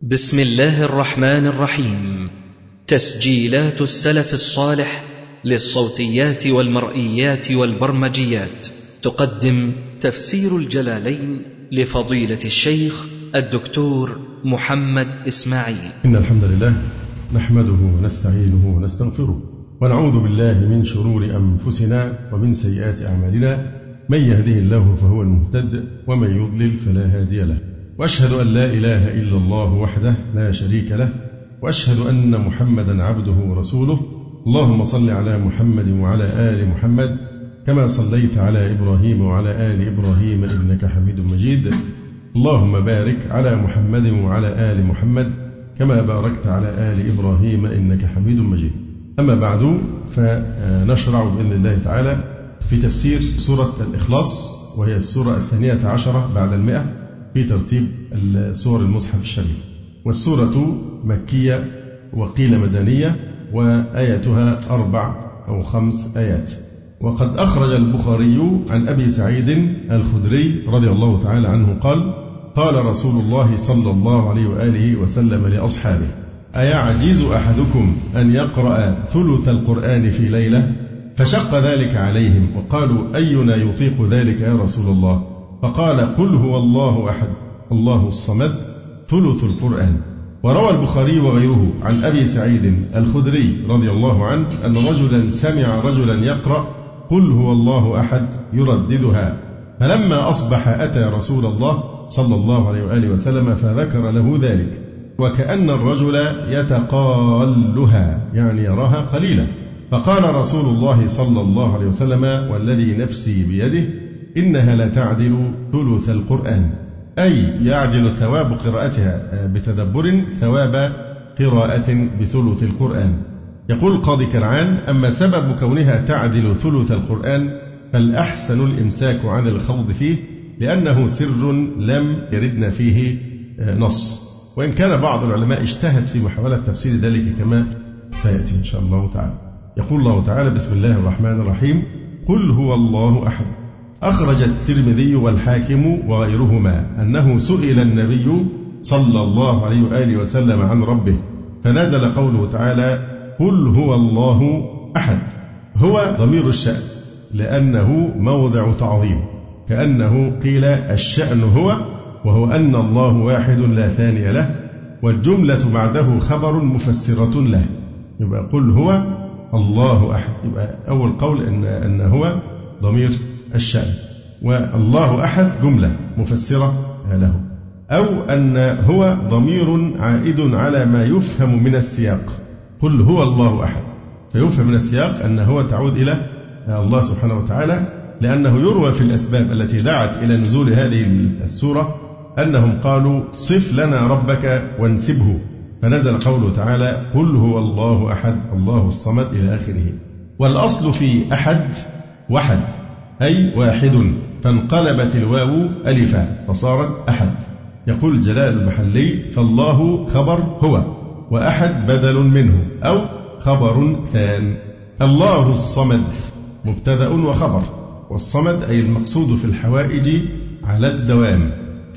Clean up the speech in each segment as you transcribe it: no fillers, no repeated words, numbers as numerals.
بسم الله الرحمن الرحيم. تسجيلات السلف الصالح للصوتيات والمرئيات والبرمجيات تقدم تفسير الجلالين لفضيلة الشيخ الدكتور محمد إسماعيل. إن الحمد لله نحمده ونستعينه ونستغفره ونعوذ بالله من شرور أنفسنا ومن سيئات أعمالنا، من يهده الله فهو المهتد ومن يضلل فلا هادي له، وأشهد أن لا إله إلا الله وحده لا شريك له، وأشهد أن محمدا عبده ورسوله. اللهم صل على محمد وعلى آل محمد كما صليت على إبراهيم وعلى آل إبراهيم إنك حميد مجيد. اللهم بارك على محمد وعلى آل محمد كما باركت على آل إبراهيم إنك حميد مجيد. أما بعد، فنشرع بإذن الله تعالى في تفسير سورة الإخلاص، وهي السورة 12 بعد 100 في ترتيب سور المصحف الشريف. والسورة مكية وقيل مدنية، وآياتها 4 أو 5 آيات. وقد أخرج البخاري عن أبي سعيد الخدري رضي الله تعالى عنه قال: قال رسول الله صلى الله عليه وآله وسلم لأصحابه: أيعجز أحدكم أن يقرأ ثلث القرآن في ليلة؟ فشق ذلك عليهم وقالوا: أينا يطيق ذلك يا رسول الله؟ فقال: قل هو الله أحد الله الصمد ثلث القرآن. وروى البخاري وغيره عن أبي سعيد الخدري رضي الله عنه أن رجلا سمع رجلا يقرأ قل هو الله أحد يرددها، فلما أصبح أتى رسول الله صلى الله عليه وآله وسلم فذكر له ذلك، وكأن الرجل يتقالها، يعني يراها قليلا. فقال رسول الله صلى الله عليه وسلم: والذي نفسي بيده إنها لتعدل ثلث القرآن، أي يعدل ثواب قراءتها بتدبر ثواب قراءة بثلث القرآن. يقول القاضي كرعان: أما سبب كونها تعدل ثلث القرآن فالأحسن الإمساك عن الخوض فيه، لأنه سر لم يردنا فيه نص، وإن كان بعض العلماء اجتهد في محاولة تفسير ذلك كما سيأتي إن شاء الله تعالى. يقول الله تعالى: بسم الله الرحمن الرحيم: قل هو الله أحد. أخرج الترمذي والحاكم وغيرهما أنه سئل النبي صلى الله عليه وآله وسلم عن ربه، فنزل قوله تعالى: قل هو الله أحد. هو ضمير الشأن لأنه موضع تعظيم، كأنه قيل الشأن هو، وهو أن الله واحد لا ثاني له، والجملة بعده خبر مفسرة له. يبقى قل هو الله أحد، يبقى أول قول أن هو ضمير الشأن، والله أحد جملة مفسرة له، أو أن هو ضمير عائد على ما يفهم من السياق. قل هو الله أحد، فيفهم من السياق أن هو تعود إلى الله سبحانه وتعالى، لأنه يروى في الأسباب التي دعت إلى نزول هذه السورة أنهم قالوا: صف لنا ربك وانسبه، فنزل قوله تعالى: قل هو الله أحد الله الصمد إلى آخره. والأصل في أحد وحد، أي واحد، فانقلبت الواو ألفا فصارت أحد. يقول جلال المحلي: فالله خبر هو، وأحد بدل منه أو خبر ثان. الله الصمد مبتدأ وخبر، والصمد أي المقصود في الحوائج على الدوام،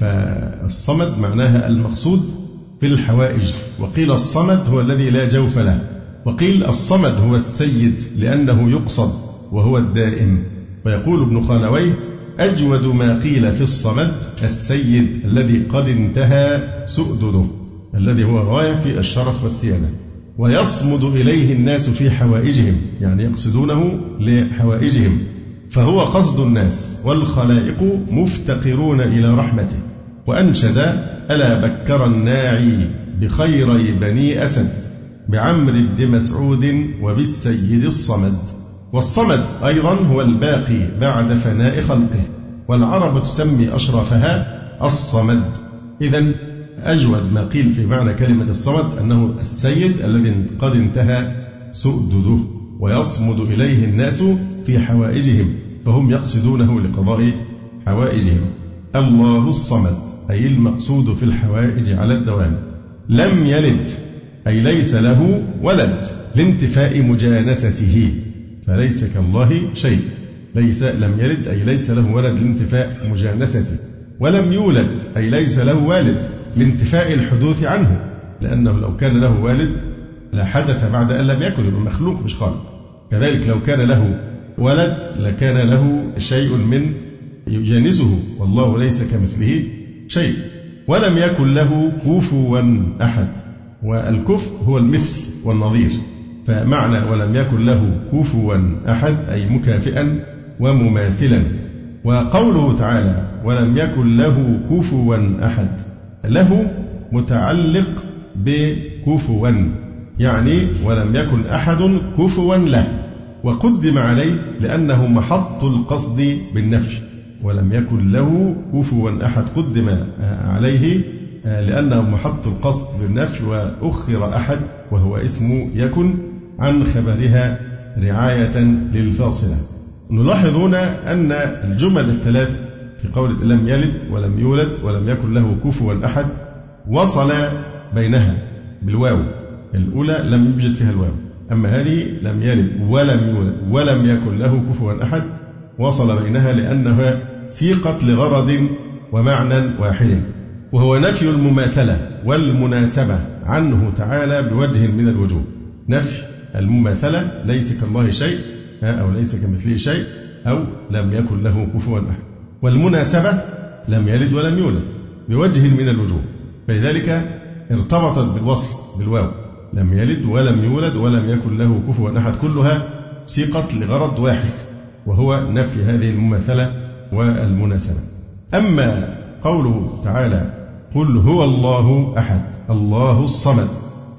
فالصمد معناها المقصود في الحوائج. وقيل الصمد هو الذي لا جوف له، وقيل الصمد هو السيد لأنه يقصد وهو الدائم. ويقول ابن خانويه: أجود ما قيل في الصمد السيد الذي قد انتهى سؤدده، الذي هو غاية في الشرف والسيادة، ويصمد إليه الناس في حوائجهم، يعني يقصدونه لحوائجهم، فهو قصد الناس، والخلائق مفتقرون إلى رحمته. وأنشد: ألا بكر الناعي بخيري بني أسد، بعمر بن مسعود وبالسيد الصمد. والصمد أيضا هو الباقي بعد فناء خلقه، والعرب تسمي أشرفها الصمد. إذن أجود ما قيل في معنى كلمة الصمد أنه السيد الذي قد انتهى سؤدده، ويصمد إليه الناس في حوائجهم، فهم يقصدونه لقضاء حوائجهم. الله الصمد أي المقصود في الحوائج على الدوام. لم يلد أي ليس له ولد لانتفاء مجانسته، فليس كالله شيء. لم يلد أي ليس له ولد لانتفاء مجانسته. ولم يولد أي ليس له والد لانتفاء الحدوث عنه، لأنه لو كان له والد لا حدث بعد أن لم يكن، يبقى مخلوق مش خالق. كذلك لو كان له ولد لكان له شيء من يجانسه، والله ليس كمثله شيء. ولم يكن له كفوا أحد، والكفء هو المثل والنظير، فمعنى ولم يكن له كفوا أحد أي مكافئا ومماثلا. وقوله تعالى ولم يكن له كفوا أحد، له متعلق بكفوا، يعني ولم يكن أحد كفوا له، وقدم عليه لأنه محط القصد بالنفي. ولم يكن له كفوا أحد قدم عليه لأنه محط القصد بالنفي، وأخر أحد وهو اسم يكن عن خبرها رعاية للفاصلة. نلاحظ هنا أن الجمل الثلاث في قول لم يلد ولم يولد ولم يكن له كفوا أحد وصل بينها بالواو. الأولى لم يوجد فيها الواو، أما هذه لم يلد ولم يولد ولم يكن له كفوا أحد وصل بينها لأنها سيقت لغرض ومعنى واحد، وهو نفي المماثلة والمناسبة عنه تعالى بوجه من الوجوه. نفي المماثلة ليس كالله شيء أو ليس كمثله شيء أو لم يكن له كفوا أحد، والمناسبة لم يلد ولم يولد بوجه من الوجوه، فلذلك ارتبطت بالوصل بالواو. لم يلد ولم يولد ولم يكن له كفوا أحد كلها سيقت لغرض واحد، وهو نفي هذه المماثلة والمناسبة. أما قوله تعالى قل هو الله أحد الله الصمد،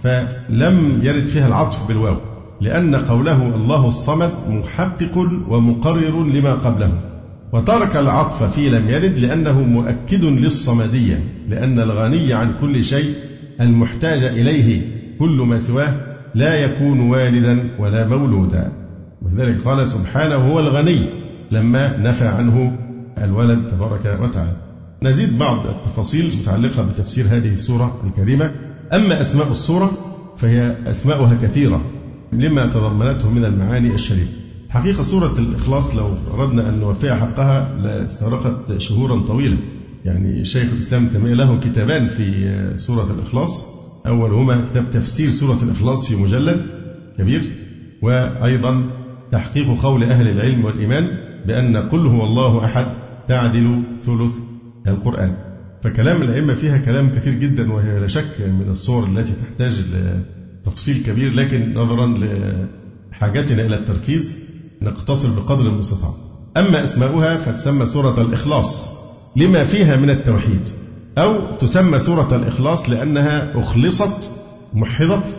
فلم يرد فيها العطف بالواو، لأن قوله الله الصمد محقق ومقرر لما قبله، وترك العطف في لم يرد لأنه مؤكد للصمدية، لأن الغني عن كل شيء المحتاج إليه كل ما سواه لا يكون والدا ولا مولودا، ولذلك قال سبحانه هو الغني لما نفى عنه الولد تبارك وتعالى. نزيد بعض التفاصيل المتعلقة بتفسير هذه السورة الكريمة. أما أسماء السورة فهي أسماؤها كثيرة لما تضمنته من المعاني الشريفة. حقيقة سورة الإخلاص لو أردنا أن نوفيها حقها لاستغرقت شهورا طويلة. يعني شيخ الإسلام تيمية له كتابان في سورة الإخلاص، أولهما كتاب تفسير سورة الإخلاص في مجلد كبير، وأيضا تحقيق قول أهل العلم والإيمان بأن قل هو الله أحد تعدل ثلث القرآن. فكلام الأئمة فيها كلام كثير جدا، وهي لا شك من الصور التي تحتاج لتفصيل كبير، لكن نظرا لحاجتنا إلى التركيز نقتصر بقدر المستطاع. أما أسماؤها فتسمى سورة الإخلاص لما فيها من التوحيد، أو تسمى سورة الإخلاص لأنها أخلصت محضت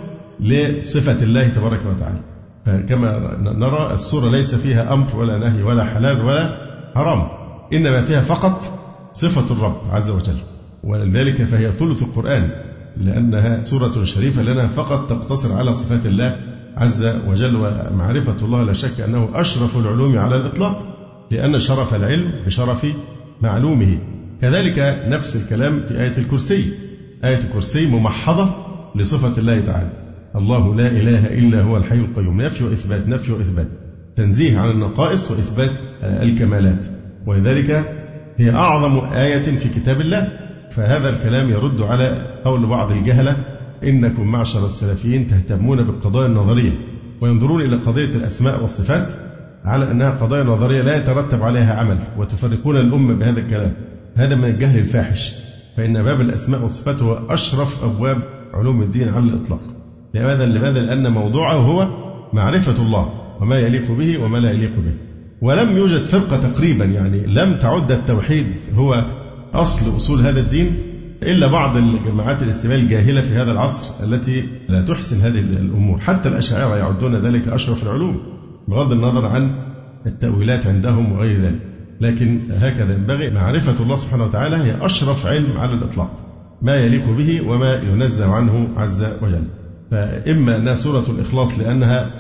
لصفة الله تبارك وتعالى. فكما نرى السورة ليس فيها أمر ولا نهي ولا حلال ولا حرام، إنما فيها فقط صفة الرب عز وجل، ولذلك فهي ثلث القرآن، لأنها سورة شريفة لنا فقط تقتصر على صفات الله عز وجل. ومعرفة الله لا شك أنه أشرف العلوم على الإطلاق، لأن شرف العلم بشرف معلومه. كذلك نفس الكلام في آية الكرسي. آية الكرسي ممحضة لصفة الله تعالى، الله لا إله إلا هو الحي القيوم، نفي وإثبات نفي وإثبات، تنزيه عن النقائص وإثبات الكمالات، ولذلك هي أعظم آية في كتاب الله. فهذا الكلام يرد على قول بعض الجهلة إنكم معشر السلفيين تهتمون بالقضايا النظرية وينظرون إلى قضية الأسماء والصفات على أنها قضايا نظرية لا يترتب عليها عمل، وتفرقون الأمة بهذا الكلام. هذا من الجهل الفاحش، فإن باب الأسماء والصفات هو أشرف أبواب علوم الدين على الإطلاق. لماذا؟ لأن موضوعه هو معرفة الله وما يليق به وما لا يليق به. ولم يوجد فرقة تقريبا، يعني لم تعد التوحيد هو أصل أصول هذا الدين إلا بعض الجماعات الإسلامية الجاهلة في هذا العصر التي لا تحسن هذه الأمور. حتى الأشاعرة يعدون ذلك أشرف العلوم بغض النظر عن التأويلات عندهم وغير ذلك، لكن هكذا ينبغي. معرفة الله سبحانه وتعالى هي أشرف علم على الإطلاق، ما يليق به وما ينزه عنه عز وجل. فإما أنها سورة الإخلاص لأنها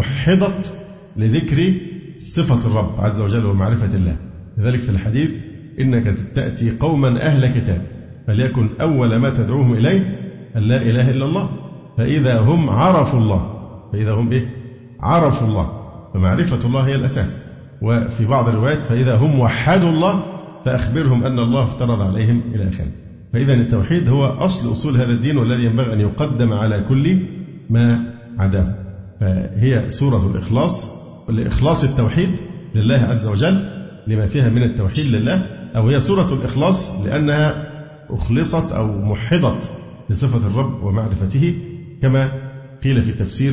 محضت لذكر صفة الرب عز وجل ومعرفة الله، لذلك في الحديث إنك تأتي قوما أهل كتاب فليكن أول ما تدعوهم إليه أن لا إله إلا الله، فإذا هم عرفوا الله، فإذا هم عرفوا الله، فمعرفة الله هي الأساس. وفي بعض الروايات فإذا هم وحدوا الله فأخبرهم أن الله افترض عليهم إلى آخره. فإذا التوحيد هو أصل أصول هذا الدين والذي ينبغي أن يقدم على كل ما عداه. فهي سورة الإخلاص، لإخلاص التوحيد لله عز وجل لما فيها من التوحيد لله، أو هي سورة الإخلاص لأنها أخلصت أو محضت لصفة الرب ومعرفته، كما قيل في تفسير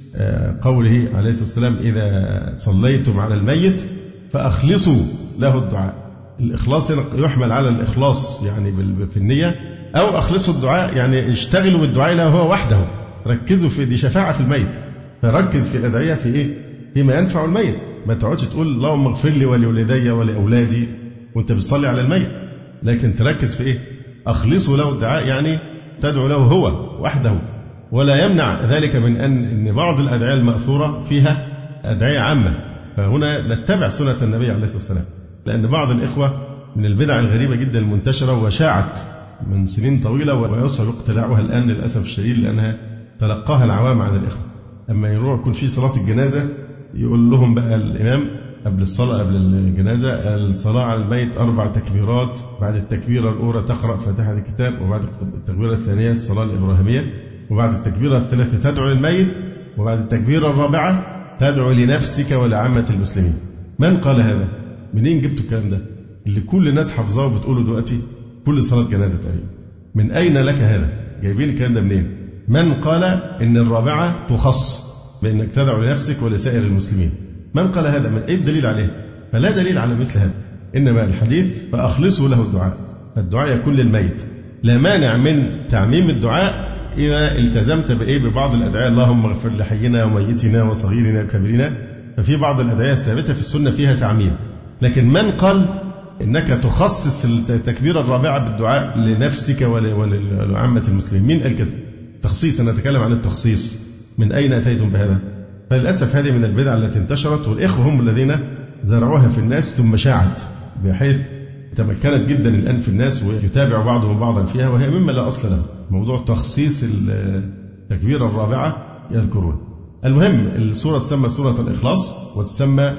قوله عليه الصلاة والسلام: إذا صليتم على الميت فأخلصوا له الدعاء. الإخلاص يحمل على الإخلاص يعني في النية، أو أخلصوا الدعاء يعني اشتغلوا بالدعاء له هو وحده، ركزوا في دي شفاعة في الميت، فركز في الأدعية في إيه؟ فيما ينفع الميت. ما تقعدش تقول اللهم اغفر لي ولوالدي ولأولادي وأنت بتصلي على الميت، لكن تركز في إيه؟ أخلصوا له الدعاء يعني تدعو له هو وحده. ولا يمنع ذلك من أن بعض الأدعية المأثورة فيها أدعية عامة، فهنا نتبع سنة النبي عليه الصلاة والسلام، لأن بعض الإخوة من البدع الغريبة جدا المنتشرة وشاعت من سنين طويلة ويصعب اقتلاعها الآن للأسف الشديد، لأنها تلقاها العوام عن الإخوة. أما يروح يكون في صلاة الجنازة يقول لهم بقى الإمام قبل الصلاة قبل الجنازة: الصلاة على الميت 4 تكبيرات، بعد التكبيرة الأولى تقرأ فاتحة الكتاب، وبعد التكبيرة الثانية الصلاة الإبراهيمية، وبعد التكبيرة الثالثة تدعو للميت، وبعد التكبيرة الرابعة تدعو لنفسك ولعامة المسلمين. من قال هذا؟ منين جبتوا الكلام ده اللي كل الناس حافظاه وبتقوله دلوقتي كل صلاة جنازة تقريبا؟ من أين لك هذا؟ جايبين الكلام ده منين؟ من قال إن الرابعة تخص بأنك تدعو لنفسك ولسائر المسلمين؟ من قال هذا؟ من أي دليل عليه؟ فلا دليل على مثل هذا، إنما الحديث فأخلصوا له الدعاء، فالدعاء يكون للميت. لا مانع من تعميم الدعاء إذا التزمت ببعض الأدعية: اللهم اغفر لحينا وميتنا وصغيرنا وكبيرنا، ففي بعض الأدعية الثابتة في السنة فيها تعميم. لكن من قال إنك تخصص التكبيرة الرابعة بالدعاء لنفسك ولعامة المسلمين؟ مين قال كده؟ تخصيص، أنا أتكلم عن التخصيص، من أين أتيتم بهذا؟ فللأسف هذه من البدع التي انتشرت، والإخوة هم الذين زرعوها في الناس ثم شاعت بحيث تمكنت جدا الآن في الناس ويتابع بعضهم بعضا فيها، وهي مما لا أصل له. موضوع تخصيص التكبيرة الرابعة يذكرون. المهم السورة تسمى سورة الإخلاص، وتسمى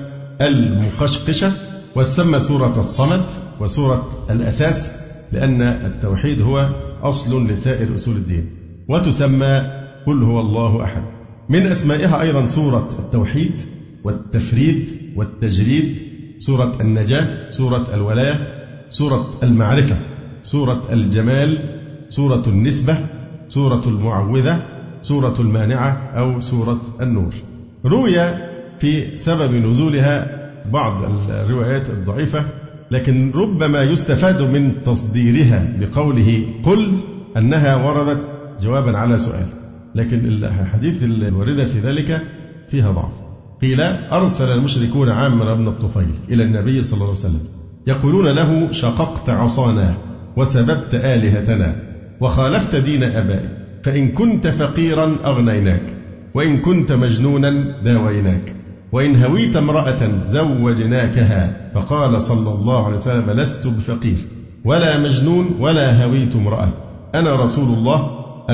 المقشقشة، وتسمى سورة الصمد، وسورة الأساس، لأن التوحيد هو أصل لسائر أصول الدين. وتسمى قل هو الله أحد. من أسمائها أيضا سورة التوحيد والتفريد والتجريد، سورة النجاة، سورة الولاية، سورة المعرفة، سورة الجمال، سورة النسبة، سورة المعوذة، سورة المانعة، أو سورة النور. روي في سبب نزولها بعض الروايات الضعيفة، لكن ربما يستفاد من تصديرها بقوله قل أنها وردت جوابا على سؤال، لكن الحديث الواردة في ذلك فيها ضعف. قيل أرسل المشركون عامر بن الطفيل إلى النبي صلى الله عليه وسلم يقولون له: شققت عصانا وسببت آلهتنا وخالفت دين آبائك، فإن كنت فقيرا أغنيناك، وإن كنت مجنونا داويناك، وإن هويت امرأة زوجناكها. فقال صلى الله عليه وسلم: لست بفقير ولا مجنون ولا هويت امرأة، أنا رسول الله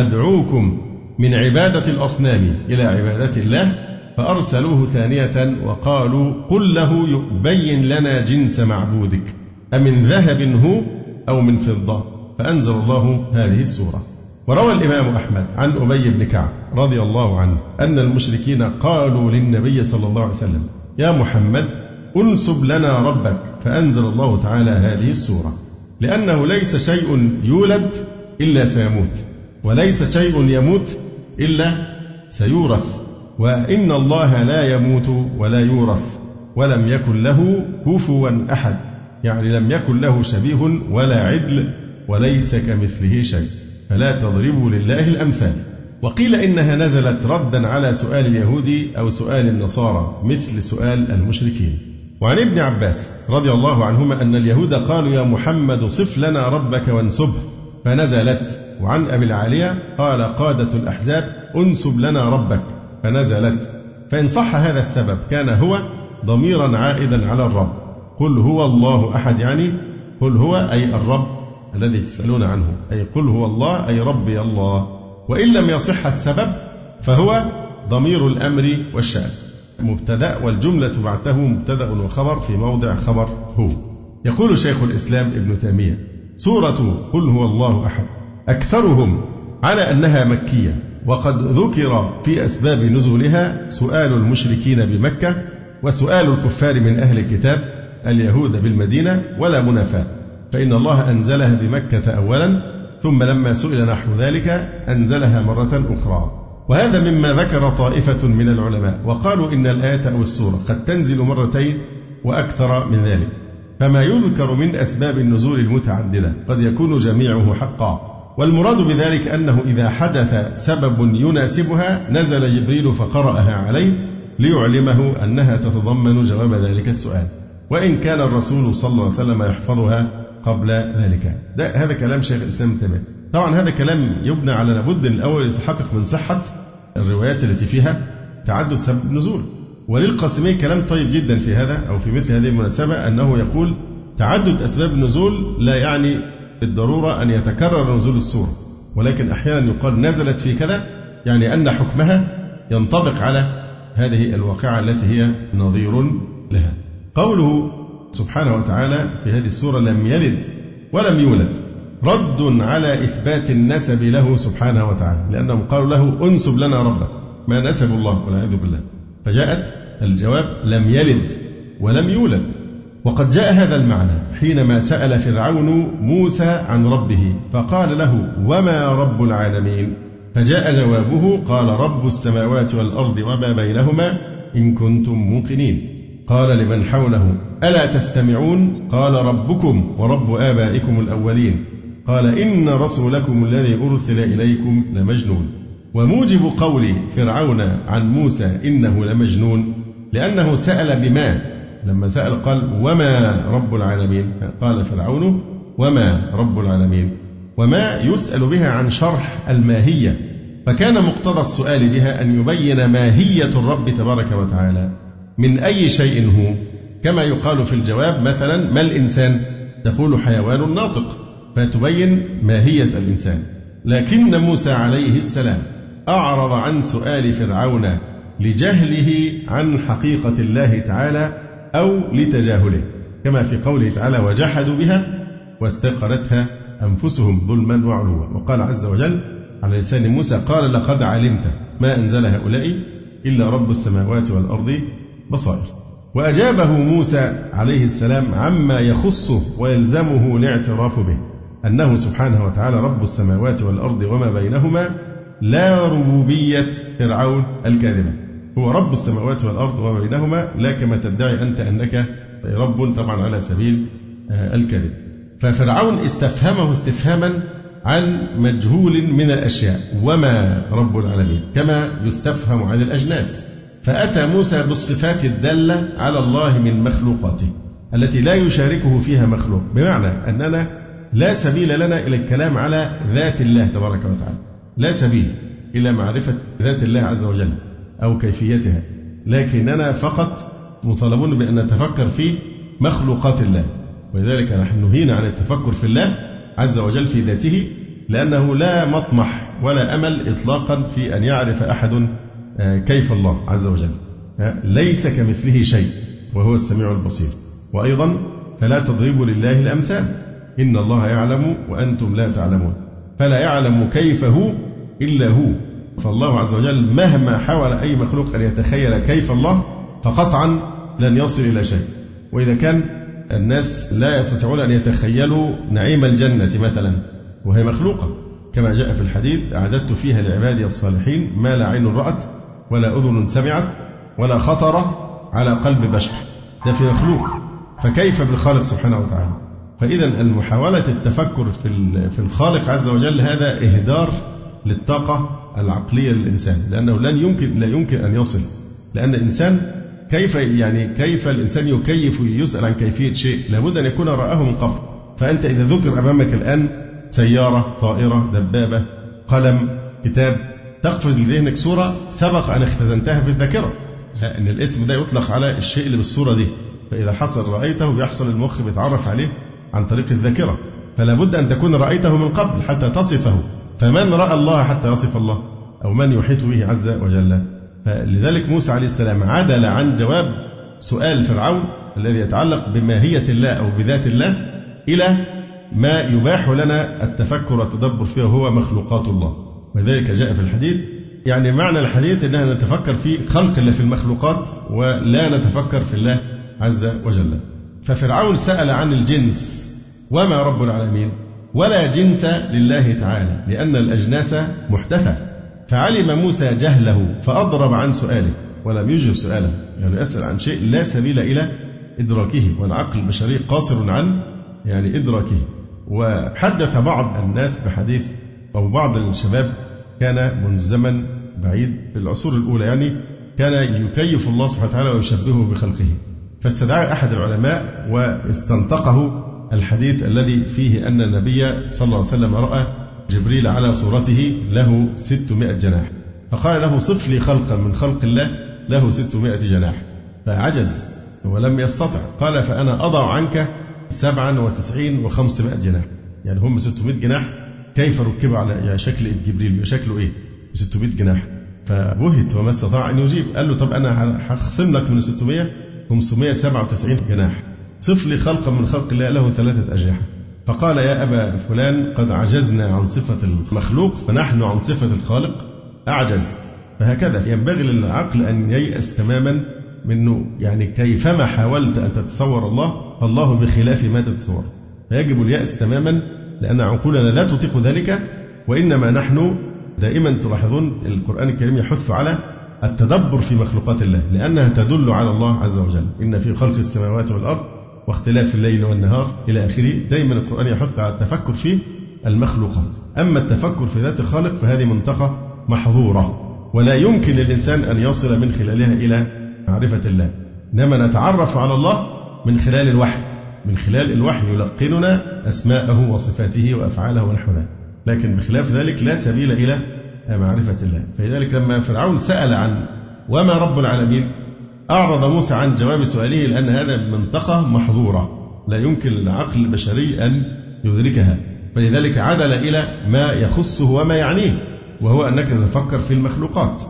أدعوكم من عبادة الأصنام إلى عبادة الله. فأرسلوه ثانية وقالوا: قل له يبين لنا جنس معبودك، أمن ذهب هو أو من فضة. فأنزل الله هذه السورة. وروى الإمام أحمد عن أبي بن كعب رضي الله عنه أن المشركين قالوا للنبي صلى الله عليه وسلم: يا محمد أنسب لنا ربك. فأنزل الله تعالى هذه السورة: لأنه ليس شيء يولد إلا سيموت، وليس شيء يموت إلا سيورث، وإن الله لا يموت ولا يورث، ولم يكن له كفوا أحد، يعني لم يكن له شبيه ولا عدل، وليس كمثله شيء، فلا تضربوا لله الأمثال. وقيل إنها نزلت ردا على سؤال اليهود أو سؤال النصارى مثل سؤال المشركين. وعن ابن عباس رضي الله عنهما أن اليهود قالوا: يا محمد صف لنا ربك وانسبه، فنزلت. وعن أبي العالية قال قادة الأحزاب: أنسب لنا ربك، فنزلت. فإن صح هذا السبب كان هو ضميرا عائدا على الرب. قل هو الله أحد، يعني قل هو أي الرب الذي تسألون عنه، أي قل هو الله أي ربي الله. وإن لم يصح السبب فهو ضمير الأمر والشأن، مبتدأ والجملة بعده مبتدأ وخبر في موضع خبر هو. يقول شيخ الإسلام ابن تيمية: سورة قل هو الله أحد أكثرهم على أنها مكية، وقد ذكر في أسباب نزولها سؤال المشركين بمكة وسؤال الكفار من أهل الكتاب اليهود بالمدينة ولا منافاة، فإن الله أنزلها بمكة أولا ثم لما سئل نحو ذلك أنزلها مرة أخرى. وهذا مما ذكر طائفة من العلماء وقالوا إن الآية أو السورة قد تنزل مرتين وأكثر من ذلك، فما يذكر من أسباب النزول المتعددة قد يكون جميعه حقا، والمراد بذلك أنه إذا حدث سبب يناسبها نزل جبريل فقرأها عليه ليعلمه أنها تتضمن جواب ذلك السؤال، وإن كان الرسول صلى الله عليه وسلم يحفظها قبل ذلك. هذا كلام شيخ الإسلام تمام. طبعا هذا كلام يبنى على لابد الأول يتحقق من صحة الروايات التي فيها تعدد سبب النزول. وللقاسمي كلام طيب جدا في هذا أو في مثل هذه المناسبة، أنه يقول تعدد أسباب النزول لا يعني بالضرورة أن يتكرر نزول السورة، ولكن أحيانا يقال نزلت في كذا، يعني أن حكمها ينطبق على هذه الواقعة التي هي نظير لها. قوله سبحانه وتعالى في هذه السورة لم يلد ولم يولد رد على إثبات النسب له سبحانه وتعالى، لأنهم قالوا له أنسب لنا ربك ما نسب الله والعياذ بالله، فجاءت الجواب لم يلد ولم يولد. وقد جاء هذا المعنى حينما سأل فرعون موسى عن ربه فقال له وما رب العالمين، فجاء جوابه قال رب السماوات والأرض وما بينهما إن كنتم موقنين. قال لمن حوله ألا تستمعون، قال ربكم ورب آبائكم الأولين، قال إن رسولكم الذي أرسل إليكم لمجنون. وموجب قول فرعون عن موسى إنه لمجنون لأنه سأل بما، لما سأل قال وما رب العالمين، قال فرعون وما رب العالمين، وما يسأل بها عن شرح الماهية، فكان مقتضى السؤال بها أن يبين ماهية الرب تبارك وتعالى من أي شيء هو، كما يقال في الجواب مثلا ما الإنسان، تقول حيوان ناطق فتبين ماهية الإنسان. لكن موسى عليه السلام أعرض عن سؤال فرعون لجهله عن حقيقة الله تعالى أو لتجاهله، كما في قوله تعالى وجحدوا بها واستيقنتها أنفسهم ظلما وعلوا. وقال عز وجل على لسان موسى قال لقد علمت ما أنزل هؤلاء إلا رب السماوات والأرض بصائر. وأجابه موسى عليه السلام عما يخصه ويلزمه الاعتراف به، أنه سبحانه وتعالى رب السماوات والأرض وما بينهما، لا ربوبية فرعون الكاذبة، هو رب السماوات والأرض وما بينهما، لا كما تدعي أنت أنك رب، طبعا على سبيل الكذب. ففرعون استفهمه استفهاما عن مجهول من الأشياء، وما رب العالمين، كما يستفهم عن الأجناس. فأتى موسى بالصفات الدالة على الله من مخلوقاته التي لا يشاركه فيها مخلوق، بمعنى أننا لا سبيل لنا إلى الكلام على ذات الله تبارك وتعالى، لا سبيل إلى معرفة ذات الله عز وجل أو كيفيتها، لكننا فقط مطالبون بأن نتفكر في مخلوقات الله. ولذلك نحن نهينا عن التفكر في الله عز وجل في ذاته، لأنه لا مطمح ولا أمل إطلاقا في أن يعرف أحد كيف الله عز وجل، ليس كمثله شيء وهو السميع البصير. وأيضا فلا تضربوا لله الأمثال، إن الله يعلم وأنتم لا تعلمون، فلا يعلم كيف هو إلا هو. فالله عز وجل مهما حاول أي مخلوق أن يتخيل كيف الله فقطعا لن يصل إلى شيء. وإذا كان الناس لا يستطيعون أن يتخيلوا نعيم الجنة مثلا وهي مخلوقة، كما جاء في الحديث أعددت فيها لعبادي الصالحين ما لا عين رأت ولا أذن سمعت ولا خطر على قلب بشر، ده في مخلوق، فكيف بالخالق سبحانه وتعالى؟ فإذا المحاولة التفكر في الخالق عز وجل هذا إهدار للطاقة العقلية للإنسان، لأنه لا يمكن أن يصل، لأن الإنسان كيف الإنسان يكيف ويسأل عن كيفية شيء؟ لابد أن يكون رآه من قبل. فأنت إذا ذكر أمامك الآن سيارة، طائرة، دبابة، قلم، كتاب، تقفز لذهنك صورة سبق أن اختزنتها في الذاكرة، أن الاسم ده يطلق على الشيء اللي بالصورة دي، فإذا حصل رأيته بيحصل المخ بيتعرف عليه عن طريق الذاكرة، فلا بد أن تكون رأيته من قبل حتى تصفه. فمن رأى الله حتى يصف الله، أو من يحيط به عز وجل؟ فلذلك موسى عليه السلام عدل عن جواب سؤال فرعون الذي يتعلق بماهية الله أو بذات الله إلى ما يباح لنا التفكر والتدبر فيه وهو مخلوقات الله. وذلك جاء في الحديث، يعني معنى الحديث أننا نتفكر في خلق الله في المخلوقات ولا نتفكر في الله عز وجل. ففرعون سأل عن الجنس وما رب العالمين، ولا جنس لله تعالى لأن الأجناس محدثة. فعلم موسى جهله فأضرب عن سؤاله ولم يجب سؤاله، يعني أسأل عن شيء لا سبيل إلى إدراكه، والعقل البشري قاصر عن إدراكه. وحدث بعض الناس بحديث، أو بعض الشباب كان منذ زمن بعيد في العصور الأولى كان يكيف الله سبحانه وتعالى ويشبهه بخلقه، فاستدعى أحد العلماء واستنطقه الحديث الذي فيه أن النبي صلى الله عليه وسلم رأى جبريل على صورته له 600 جناح، فقال له صف لي خلقا من خلق الله له 600 جناح، فعجز ولم يستطع. قال فأنا أضع عنك 97 و500 جناح، يعني هم 600 جناح كيف ركب على شكل جبريل، شكله إيه 600 جناح؟ فبهت وما استطاع أن يجيب. قال له طب أنا هخصم لك من 600 597 جناح، صف لي خلقا من خلق الله له 3 أجنحة. فقال يا أبا فلان قد عجزنا عن صفة المخلوق فنحن عن صفة الخالق أعجز. فهكذا ينبغي للعقل أن ييأس تماما منه، يعني كيفما حاولت أن تتصور الله فالله بخلاف ما تتصور، فيجب اليأس تماما لأن عقولنا لا تطيق ذلك. وإنما نحن دائما تلاحظون القرآن الكريم يحث على التدبر في مخلوقات الله لأنها تدل على الله عز وجل، إن في خلق السماوات والأرض واختلاف الليل والنهار إلى آخره. دائما القرآن يحث على التفكر في المخلوقات. أما التفكر في ذات الخالق فهذه منطقة محظورة ولا يمكن للإنسان أن يصل من خلالها إلى معرفة الله، إنما نتعرف على الله من خلال الوحي. من خلال الوحي يلقننا أسماءه وصفاته وأفعاله ونحو ذلك، لكن بخلاف ذلك لا سبيل إلى معرفة الله. فلذلك لما فرعون سأل عن وما رب العالمين أعرض موسى عن جواب سؤاله، لأن هذا منطقة محظورة لا يمكن للعقل البشري أن يدركها، فلذلك عدل إلى ما يخصه وما يعنيه، وهو أنك تتفكر في المخلوقات.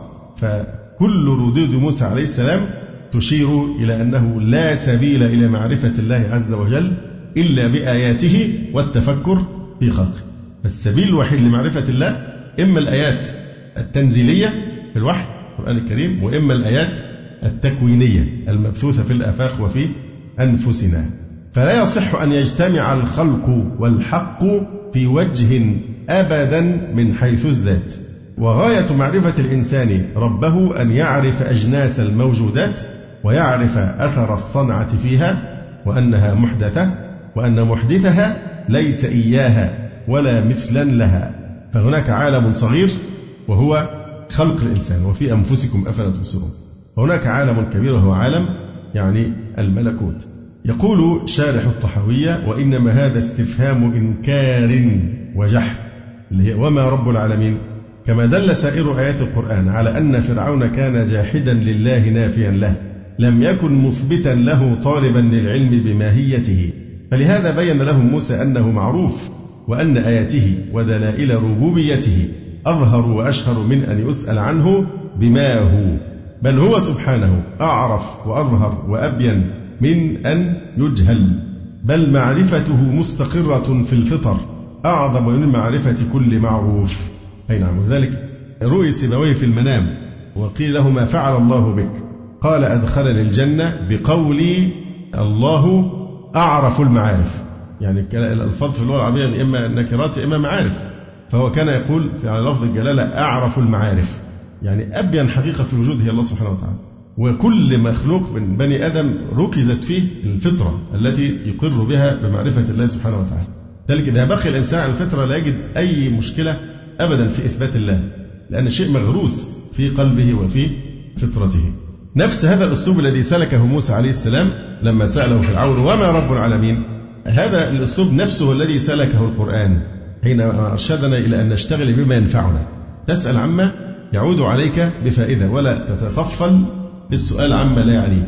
فكل ردود موسى عليه السلام تشير إلى أنه لا سبيل إلى معرفة الله عز وجل إلا بآياته والتفكر في خلقه. فالسبيل الوحيد لمعرفة الله إما الآيات التنزيلية في الوحي القرآن الكريم، وإما الآيات التكوينية المبثوثة في الآفاق وفي أنفسنا. فلا يصح أن يجتمع الخلق والحق في وجه أبدا من حيث الذات. وغاية معرفة الإنسان ربه أن يعرف أجناس الموجودات ويعرف أثر الصنعة فيها وأنها محدثة، وأن محدثها ليس إياها ولا مثلا لها. فهناك عالم صغير وهو خلق الإنسان وفي أنفسكم أفلا تبصرون، وهناك عالم كبير وهو عالم الملكوت. يقول شارح الطحاوية وإنما هذا استفهام إنكار وجحد اللي هي وما رب العالمين، كما دل سائر آيات القرآن على أن فرعون كان جاحدا لله نافيا له، لم يكن مثبتا له طالبا للعلم بماهيته. فلهذا بين لهم موسى أنه معروف، وأن آياته ودلائل ربوبيته أظهر وأشهر من أن يسأل عنه بما هو، بل هو سبحانه أعرف وأظهر وأبين من أن يجهل، بل معرفته مستقرة في الفطر أعظم من معرفة كل معروف. أي نعم. وذلك رؤي سيبويه في المنام وقيل له ما فعل الله بك؟ قال أدخلني الجنة بقولي الله أعرف المعارف. يعني الألفاظ في اللغة العربية إما نكرات إما معارف، فهو كان يقول على لفظ الجلالة أعرف المعارف، يعني أبين حقيقة في وجوده الله سبحانه وتعالى. وكل مخلوق من بني آدم ركزت فيه الفطرة التي يقر بها بمعرفة الله سبحانه وتعالى. ذلك إذا بقي الإنسان على الفطرة لا يجد أي مشكلة أبدا في إثبات الله، لأن شيء مغروس في قلبه وفي فطرته. نفس هذا الأسلوب الذي سلكه موسى عليه السلام لما سأله فرعون وما رب العالمين، هذا الأسلوب نفسه الذي سلكه القرآن حينما أرشدنا إلى أن نشتغل بما ينفعنا. تسأل عما يعود عليك بفائدة ولا تتطفل بالسؤال عما لا يعنيك.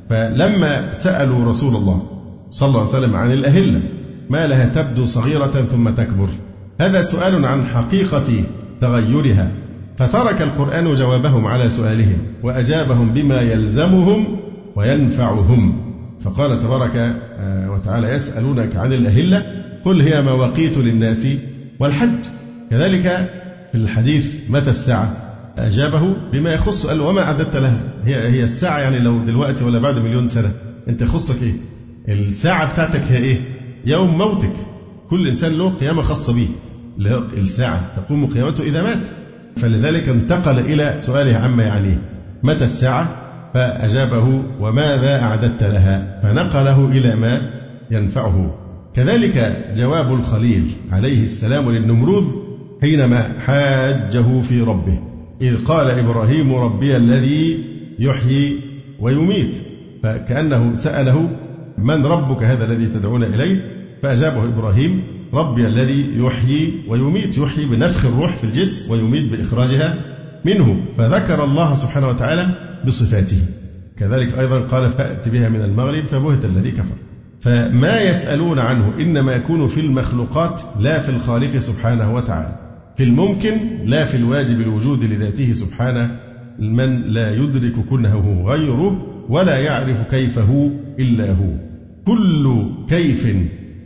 فلما سألوا رسول الله صلى الله عليه وسلم عن الأهلة ما لها تبدو صغيرة ثم تكبر، هذا سؤال عن حقيقة تغيرها، فترك القرآن جوابهم على سؤالهم وأجابهم بما يلزمهم وينفعهم. فقال تبارك وتعالى يسألونك عن الأهلة قل هي مواقيت للناس والحج. كذلك في الحديث متى الساعة أجابه بما يخص، قال وما أعددت لها. هي الساعة يعني لو دلوقتي ولا بعد مليون سنة، أنت يخصك إيه؟ الساعة بتاعتك هي إيه؟ يوم موتك. كل إنسان له قيامة خاصة به، الساعة تقوم قيامته إذا مات. فلذلك انتقل إلى سؤاله عما يعنيه متى الساعة، فأجابه وماذا أعددت لها، فنقله إلى ما ينفعه. كذلك جواب الخليل عليه السلام للنمروذ حينما حاجه في ربه، إذ قال إبراهيم ربي الذي يحيي ويميت، فكأنه سأله من ربك هذا الذي تدعون إليه، فأجابه إبراهيم ربي الذي يحيي ويميت، يحيي بنفخ الروح في الجسم ويميت بإخراجها منه، فذكر الله سبحانه وتعالى بصفاته. كذلك أيضا قال فأت بها من المغرب فبهت الذي كفر. فما يسألون عنه إنما يكون في المخلوقات لا في الخالق سبحانه وتعالى، في الممكن لا في الواجب الوجود لذاته سبحانه، من لا يدرك كنهه غيره ولا يعرف كيفه إلا هو. كل كيف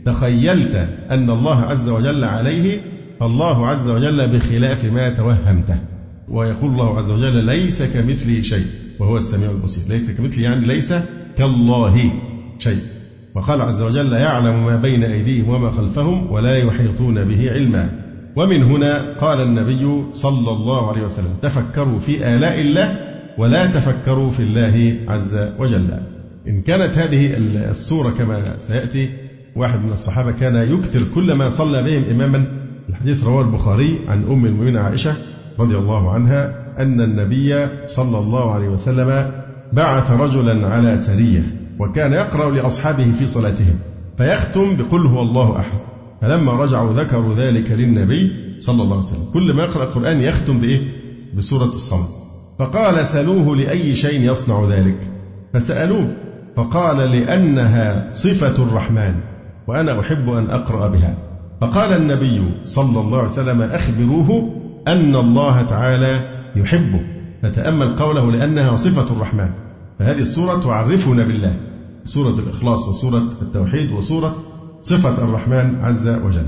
تخيلت أن الله عز وجل عليه فالله عز وجل بخلاف ما توهمته. ويقول الله عز وجل ليس كمثله شيء وهو السميع البصير. ليس كمثله يعني ليس كالله شيء. وقال عز وجل يعلم ما بين أيديهم وما خلفهم ولا يحيطون به علما. ومن هنا قال النبي صلى الله عليه وسلم تفكروا في آلاء الله ولا تفكروا في الله عز وجل. إن كانت هذه الصورة كما سيأتي، واحد من الصحابة كان يكثر كلما صلى بهم إماما. الحديث رواه البخاري عن أم المؤمنين عائشة رضي الله عنها أن النبي صلى الله عليه وسلم بعث رجلا على سرية، وكان يقرأ لأصحابه في صلاتهم فيختم بقل هو الله أحد. فلما رجعوا ذكروا ذلك للنبي صلى الله عليه وسلم. كل ما يقرأ القرآن يختم بإيه؟ بسورة الصمد. فقال سلوه لأي شيء يصنع ذلك، فسألوه فقال لأنها صفة الرحمن وأنا أحب أن أقرأ بها. فقال النبي صلى الله عليه وسلم أخبروه أن الله تعالى يحبه. فتأمل قوله لأنها صفة الرحمن، فهذه السورة تعرفنا بالله، سورة الإخلاص وسورة التوحيد وسورة صفة الرحمن عز وجل.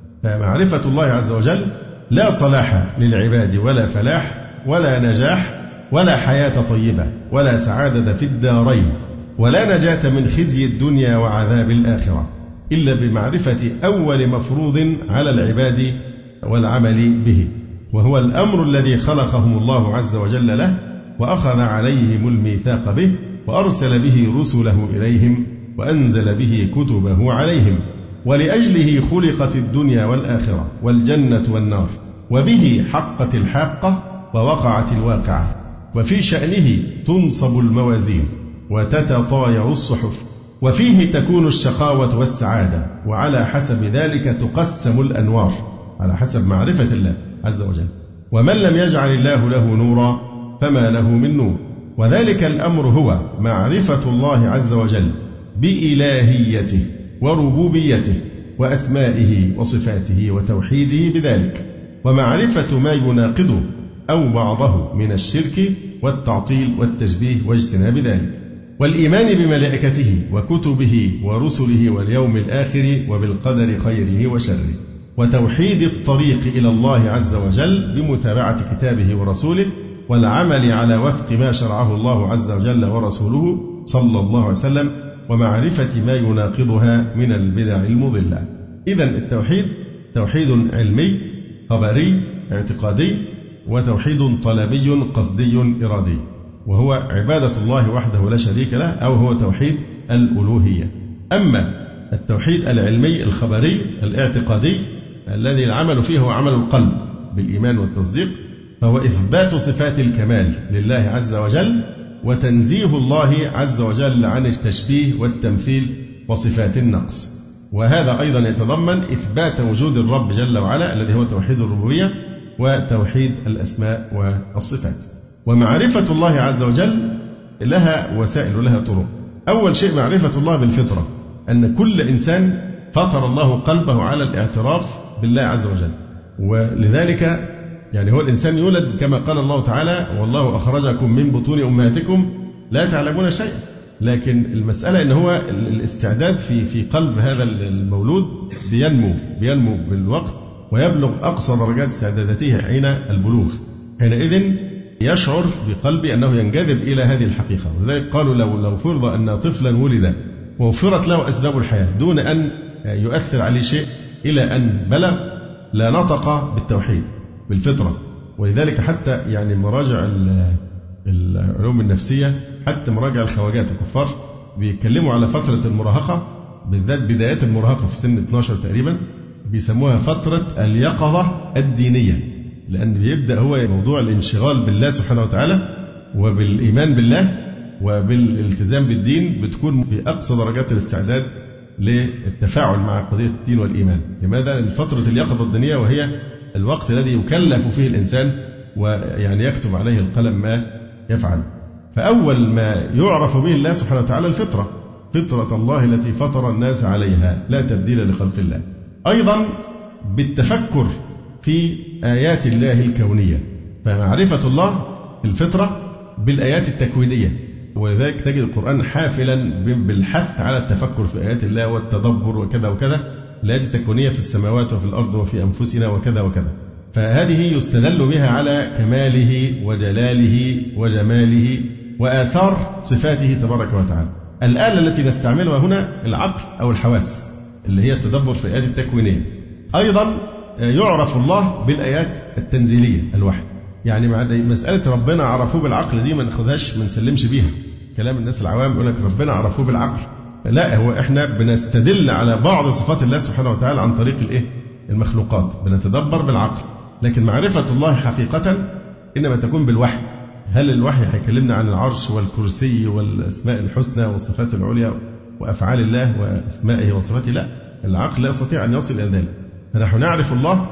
فمعرفة الله عز وجل لا صلاح للعباد ولا فلاح ولا نجاح ولا حياة طيبة ولا سعادة في الدارين ولا نجاة من خزي الدنيا وعذاب الآخرة إلا بمعرفة أول مفروض على العباد والعمل به، وهو الأمر الذي خلقهم الله عز وجل له وأخذ عليهم الميثاق به وأرسل به رسله إليهم وأنزل به كتبه عليهم، ولأجله خلقت الدنيا والآخرة والجنة والنار، وبه حقت الحاقة ووقعت الواقعة، وفي شأنه تنصب الموازين وتتطاير الصحف، وفيه تكون الشقاوة والسعادة، وعلى حسب ذلك تقسم الأنوار على حسب معرفة الله عز وجل. ومن لم يجعل الله له نورا فما له من نور. وذلك الأمر هو معرفة الله عز وجل بإلهيته وربوبيته وأسمائه وصفاته وتوحيده بذلك، ومعرفة ما يناقضه أو بعضه من الشرك والتعطيل والتشبيه واجتناب ذلك، والإيمان بملائكته وكتبه ورسله واليوم الآخر وبالقدر خيره وشره، وتوحيد الطريق إلى الله عز وجل بمتابعة كتابه ورسوله والعمل على وفق ما شرعه الله عز وجل ورسوله صلى الله عليه وسلم، ومعرفة ما يناقضها من البدع المضلة. إذن التوحيد توحيد علمي خبري اعتقادي، وتوحيد طلبي قصدي إرادي، وهو عبادة الله وحده لا شريك له، أو هو توحيد الألوهية. أما التوحيد العلمي الخبري الاعتقادي الذي العمل فيه هو عمل القلب بالإيمان والتصديق، فهو إثبات صفات الكمال لله عز وجل وتنزيه الله عز وجل عن التشبيه والتمثيل وصفات النقص. وهذا أيضا يتضمن إثبات وجود الرب جل وعلا الذي هو توحيد الربوبية وتوحيد الأسماء والصفات. ومعرفة الله عز وجل لها وسائل ولها طرق. أول شيء معرفة الله بالفطرة، أن كل إنسان فطر الله قلبه على الاعتراف بالله عز وجل، ولذلك يعني هو الإنسان يولد كما قال الله تعالى والله أخرجكم من بطون أمهاتكم لا تعلمون شيئا. لكن المسألة إن هو الاستعداد في قلب هذا المولود بينمو بالوقت ويبلغ أقصى درجات استعداداته حين البلوغ. حينئذ يشعر بقلبه أنه ينجذب إلى هذه الحقيقة. ولذلك قالوا لو فرض أن طفلا ولد ووفرت له أسباب الحياة دون أن يؤثر عليه شيء إلى أن بلغ لا نطق بالتوحيد بالفطرة. ولذلك حتى يعني مراجع العلوم النفسية، حتى مراجع الخواجات الكفار بيتكلموا على فترة المراهقة، بالذات بدايات المراهقة في سن 12 تقريبا، بيسموها فترة اليقظة الدينية، لأن بيبدأ هو موضوع الانشغال بالله سبحانه وتعالى وبالإيمان بالله وبالالتزام بالدين، بتكون في أقصى درجات الاستعداد للتفاعل مع قضية الدين والإيمان. لماذا؟ فترة اليقظة الدينية وهي الوقت الذي يكلف فيه الإنسان ويعني يكتب عليه القلم ما يفعل. فأول ما يعرف به الله سبحانه وتعالى الفطرة، فطرة الله التي فطر الناس عليها لا تبديل لخلق الله. أيضا بالتفكر في آيات الله الكونية، فمعرفة الله الفطرة بالآيات التكوينية. ولذلك تجد القرآن حافلا بالحث على التفكر في آيات الله والتدبر وكذا وكذا، الآيات التكوينية في السماوات وفي الأرض وفي أنفسنا وكذا وكذا. فهذه يستدل بها على كماله وجلاله وجماله وآثار صفاته تبارك وتعالى. الآلة التي نستعملها هنا العقل أو الحواس اللي هي التدبر في الآيات التكوينية. أيضا يعرف الله بالآيات التنزيلية الوحي. يعني مسألة ربنا عرفوه بالعقل دي ما ناخدهاش ما نسلمش بيها. كلام الناس العوام يقول لك ربنا عرفوه بالعقل، لا، هو احنا بنستدل على بعض صفات الله سبحانه وتعالى عن طريق المخلوقات، بنتدبر بالعقل. لكن معرفة الله حقيقة إنما تكون بالوحي. هل الوحي هيكلمنا عن العرش والكرسي والأسماء الحسنى والصفات العليا وأفعال الله وأسمائه وصفاته؟ لا، العقل لا يستطيع أن يصل إلى ذلك. فنحن نعرف الله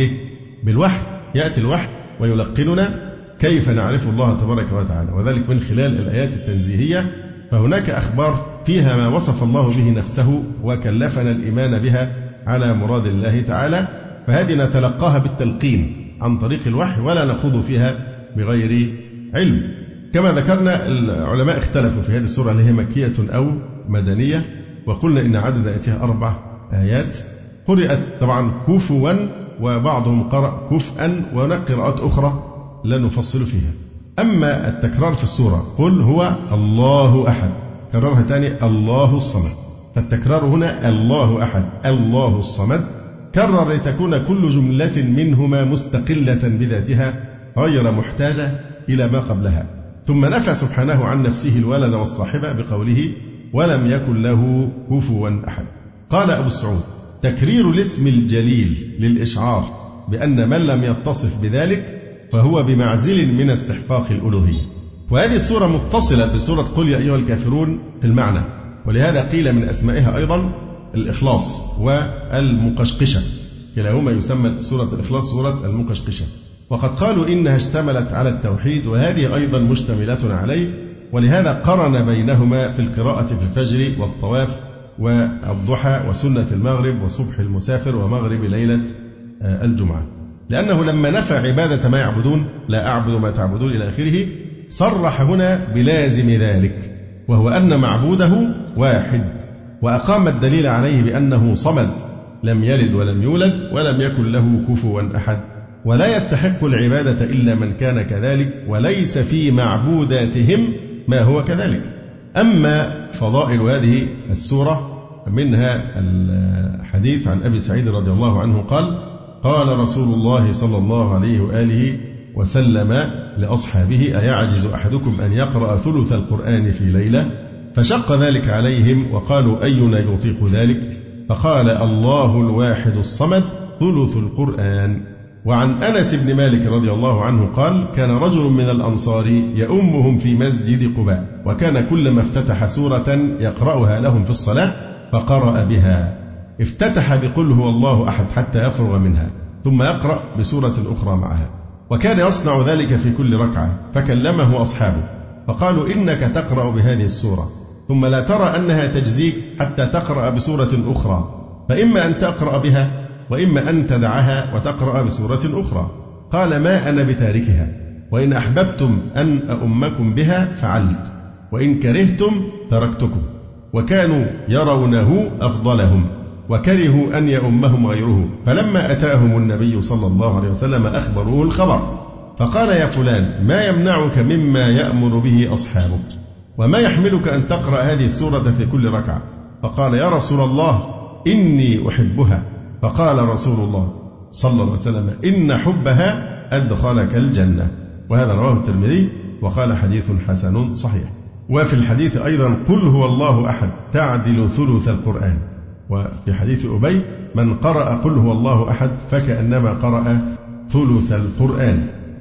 بالوحي. يأتي الوحي ويلقننا كيف نعرف الله تبارك وتعالى، وذلك من خلال الآيات التنزيهية. فهناك أخبار فيها ما وصف الله به نفسه وكلفنا الإيمان بها على مراد الله تعالى، فهذه نتلقاها بالتلقين عن طريق الوحي ولا نخوض فيها بغير علم. كما ذكرنا العلماء اختلفوا في هذه السورة هل هي مكية أو مدنية، وقلنا إن عدد آياتها 4 آيات. قرأت طبعا كفوا وبعضهم قرأ كفءا، وهناك قراءات أخرى لا نفصل فيها. أما التكرار في السورة قل هو الله أحد، كررها تاني الله الصمد. فالتكرار هنا الله أحد الله الصمد، كرر لتكون كل جملة منهما مستقلة بذاتها غير محتاجة إلى ما قبلها. ثم نفى سبحانه عن نفسه الولد والصاحبة بقوله ولم يكن له كفوا أحد. قال أبو السعود تكرير الاسم الجليل للإشعار بأن من لم يتصف بذلك فهو بمعزل من استحقاق الألوهية. وهذه السورة متصلة بسورة قل يا أيها الكافرون في المعنى، ولهذا قيل من أسمائها أيضا الإخلاص والمقشقشة، كلاهما يسمى سورة الإخلاص سورة المقشقشة. وقد قالوا إنها اشتملت على التوحيد، وهذه أيضا مشتملة عليه، ولهذا قرن بينهما في القراءة في الفجر والطواف والضحى وسنة المغرب وصبح المسافر ومغرب ليلة الجمعة، لأنه لما نفى عبادة ما يعبدون لا أعبد ما تعبدون إلى آخره صرح هنا بلازم ذلك، وهو أن معبوده واحد، وأقام الدليل عليه بأنه صمد لم يلد ولم يولد ولم يكن له كفوا أحد، ولا يستحق العبادة إلا من كان كذلك، وليس في معبوداتهم ما هو كذلك. أما فضائل هذه السورة منها الحديث عن أبي سعيد رضي الله عنه قال قال رسول الله صلى الله عليه وآله وسلم لأصحابه أيعجز أحدكم أن يقرأ ثلث القرآن في ليلة؟ فشق ذلك عليهم وقالوا أينا يطيق ذلك؟ فقال الله الواحد الصمد ثلث القرآن. وعن أنس بن مالك رضي الله عنه قال كان رجل من الأنصار يؤمهم في مسجد قباء، وكان كلما افتتح سورة يقرأها لهم في الصلاة فقرأ بها، افتتح بقل هو الله أحد حتى يفرغ منها ثم يقرأ بسورة أخرى معها، وكان يصنع ذلك في كل ركعة. فكلمه أصحابه فقالوا إنك تقرأ بهذه السورة ثم لا ترى أنها تجزيك حتى تقرأ بسورة أخرى، فإما أن تقرأ بها وإما أن تدعها وتقرأ بسورة أخرى. قال ما أنا بتاركها، وإن أحببتم أن أؤمكم بها فعلت. وإن كرهتم تركتكم. وكانوا يرونه أفضلهم وكرهوا أن يؤمهم غيره، فلما أتاهم النبي صلى الله عليه وسلم أخبروه الخبر، فقال يا فلان ما يمنعك مما يأمر به أصحابك، وما يحملك أن تقرأ هذه السورة في كل ركعة؟ فقال يا رسول الله إني أحبها. فقال رسول الله صلى الله عليه وسلم إن حبها أدخلك الجنة. وهذا رواه الترمذي وقال حديث حسن صحيح. وفي الحديث أيضا قل هو الله أحد تعدل ثلث القرآن. وفي حديث أبي من قرأ قل هو الله أحد فكأنما قرأ ثلث القرآن.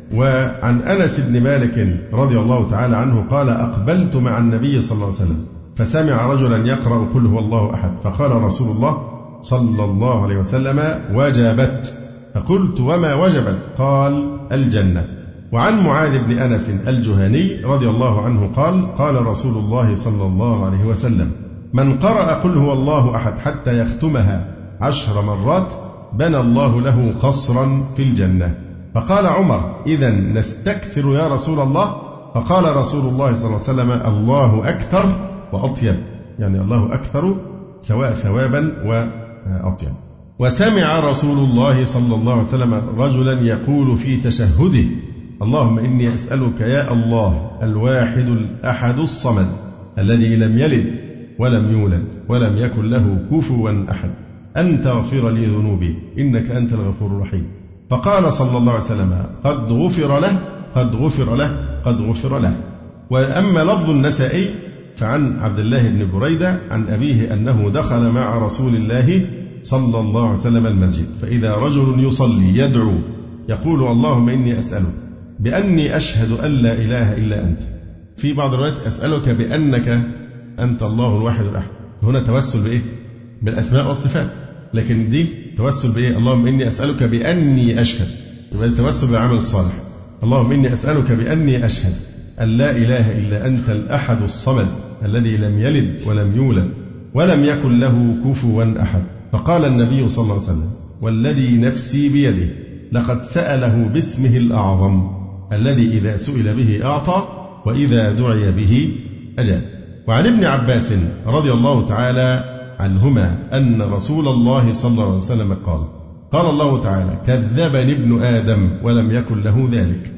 وعن أنس بن مالك رضي الله تعالى عنه قال أقبلت مع النبي صلى الله عليه وسلم فسمع رجلا يقرأ قل هو الله أحد، فقال رسول الله صلى الله عليه وسلم وجبت. فقلت وما وجبت؟ قال الجنة. وعن معاذ بن أنس الجهني رضي الله عنه قال قال رسول الله صلى الله عليه وسلم من قرأ قل هو الله أحد حتى يختمها 10 مرات بنى الله له قصرا في الجنة. فقال عمر إذا نستكثر يا رسول الله؟ فقال رسول الله صلى الله عليه وسلم الله أكثر وأطيب، يعني الله أكثر سواء ثوابا وأطيب. وسمع رسول الله صلى الله عليه وسلم رجلا يقول في تشهده اللهم إني أسألك يا الله الواحد الأحد الصمد الذي لم يلد ولم يولد ولم يكن له كفوا أحد أن تغفر لي ذنوبي إنك أنت الغفور الرحيم. فقال صلى الله عليه وسلم قد غفر له قد غفر له قد غفر له. وأما لفظ النسائي فعن عبد الله بن بريدة عن أبيه أنه دخل مع رسول الله صلى الله عليه وسلم المسجد فإذا رجل يصلي يدعو يقول اللهم إني أسألك بأني أشهد أن لا إله إلا أنت. في بعض الروايات أسألك بأنك أنت الله الواحد الأحد. هنا توسل بإيه؟ بالأسماء والصفات. لكن دي توسل بإيه؟ اللهم إني أسألك بأني أشهد، يبقى التوسل بالعمل الصالح. اللهم إني أسألك بأني أشهد أن لا إله إلا أنت الأحد الصمد الذي لم يلد ولم يولد ولم يكن له كفوا أحد. فقال النبي صلى الله عليه وسلم والذي نفسي بيده لقد سأله باسمه الأعظم الذي إذا سئل به أعطى وإذا دعي به أجاب. وعن ابن عباس رضي الله تعالى عنهما أن رسول الله صلى الله عليه وسلم قال قال الله تعالى كذبني ابن آدم ولم يكن له ذلك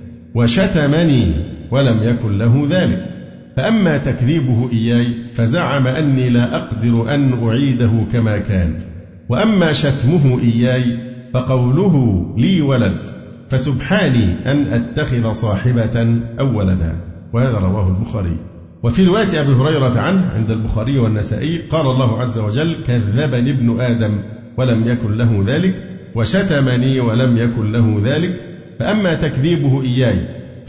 وشتمني ولم يكن له ذلك، فأما تكذيبه إياي فزعم أني لا أقدر أن أعيده كما كان، وأما شتمه إياي فقوله لي ولد فسبحاني أن أتخذ صاحبة أو ولدا. وهذا رواه البخاري. وفي رواية أبي هريرة عنه عند البخاري والنسائي قال الله عز وجل كذبني ابن آدم ولم يكن له ذلك وشتمني ولم يكن له ذلك، فأما تكذيبه إياي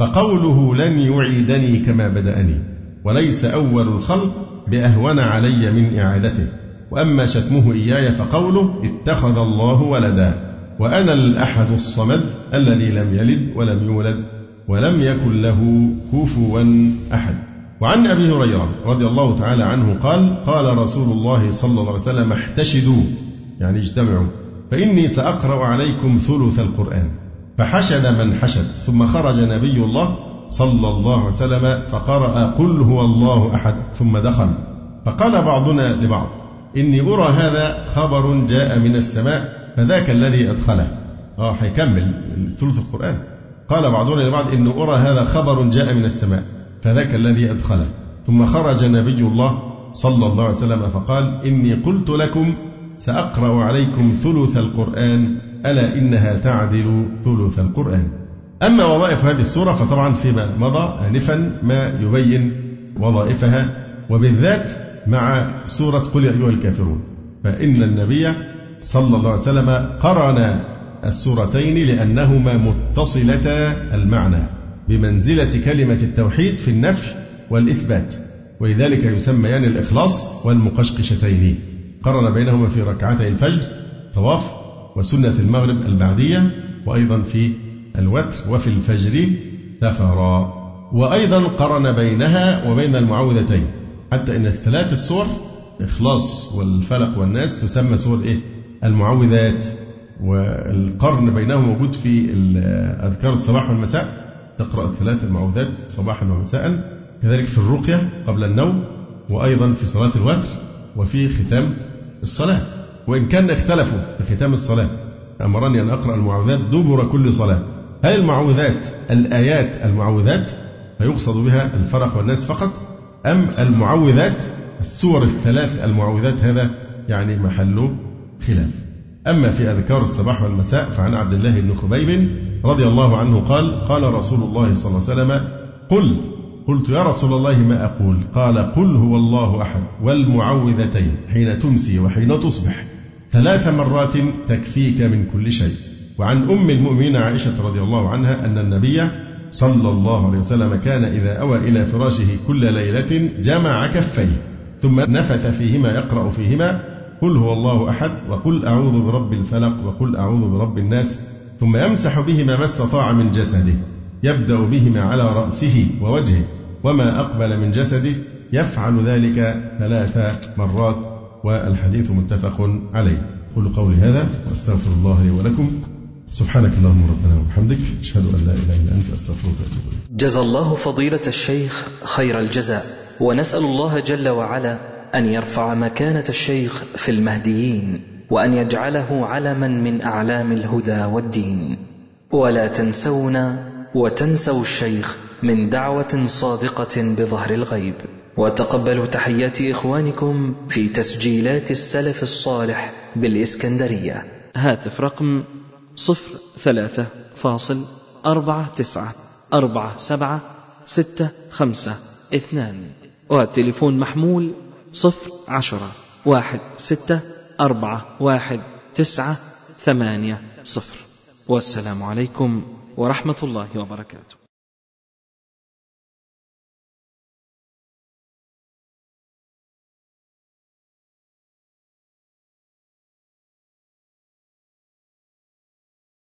فقوله لن يعيدني كما بدأني وليس أول الخلق بأهون علي من إعادته، وأما شتمه إياي فقوله اتخذ الله ولدا وأنا الأحد الصمد الذي لم يلد ولم يولد ولم يكن له كفوا أحد. وعن أبي هريرة رضي الله تعالى عنه قال قال رسول الله صلى الله عليه وسلم احتشدوا يعني اجتمعوا فإني سأقرأ عليكم ثلث القرآن. فحشد من حشد ثم خرج نبي الله صلى الله عليه وسلم فقرأ قل هو الله أحد ثم دخل. فقال بعضنا لبعض إني أرى هذا خبر جاء من السماء فذاك الذي أدخله. هيكمل ثلث القرآن. قال بعضنا لبعض إن أرى هذا خبر جاء من السماء فذاك الذي أدخله. ثم خرج نبي الله صلى الله عليه وسلم فقال إني قلت لكم سأقرأ عليكم ثلث القرآن ألا إنها تعدل ثلث القرآن. أما وظائف هذه السورة فطبعا فيما مضى آنفا ما يبين وظائفها، وبالذات مع سورة قل يا أيها الكافرون، فإن النبي صلى الله عليه وسلم قرن السورتين لأنهما متصلتا المعنى بمنزلة كلمة التوحيد في النفي والإثبات، ولذلك يسميان الإخلاص والمقشقشتين. قرن بينهما في ركعتي الفجر طواف وسنة المغرب البعدية، وأيضا في الوتر وفي الفجر سفرا، وأيضا قرن بينها وبين المعوذتين، حتى إن الثلاث السور إخلاص والفلق والناس تسمى سور المعوذات. والقرن بينهما موجود في أذكار الصباح والمساء، تقرأ الثلاث المعوذات صباحا ومساء، كذلك في الرقية قبل النوم، وأيضا في صلاة الوتر، وفي ختام الصلاة. وإن كان اختلفوا في ختام الصلاة، أمرني أن أقرأ المعوذات دبر كل صلاة. هل المعوذات الآيات المعوذات فيقصد بها الفلق والناس فقط، أم المعوذات السور الثلاث المعوذات؟ هذا يعني محل خلاف. أما في أذكار الصباح والمساء فعن عبد الله بن خبيب رضي الله عنه قال: قال رسول الله صلى الله عليه وسلم: قلت يا رسول الله ما أقول؟ قال: قل هو الله أحد والمعوذتين حين تمسي وحين تصبح 3 مرات تكفيك من كل شيء. وعن أم المؤمنين عائشة رضي الله عنها أن النبي صلى الله عليه وسلم كان إذا أوى إلى فراشه كل ليلة جمع كفيه ثم نفث فيهما يقرأ فيهما: قل هو الله أحد، وقل أعوذ برب الفلق، وقل أعوذ برب الناس، ثم يمسح بهما ما استطاع من جسده، يبدأ بهما على رأسه ووجهه وما أقبل من جسده، يفعل ذلك 3 مرات. والحديث متفق عليه. قولوا قولي هذا وأستغفر الله لي ولكم. سبحانك اللهم ربنا وبحمدك، أشهد أن لا إله إلا أنت، أستغفرك وأتوب إليك. جزا الله فضيلة الشيخ خير الجزاء، ونسأل الله جل وعلا أن يرفع مكانة الشيخ في المهديين، وأن يجعله علما من أعلام الهدى والدين. ولا تنسونا وتنسوا الشيخ من دعوة صادقة بظهر الغيب. وتقبلوا تحيات إخوانكم في تسجيلات السلف الصالح بالإسكندرية. هاتف رقم 03-4947-65-2، والتليفون محمول 010-16-41-980. والسلام عليكم ورحمة الله وبركاته.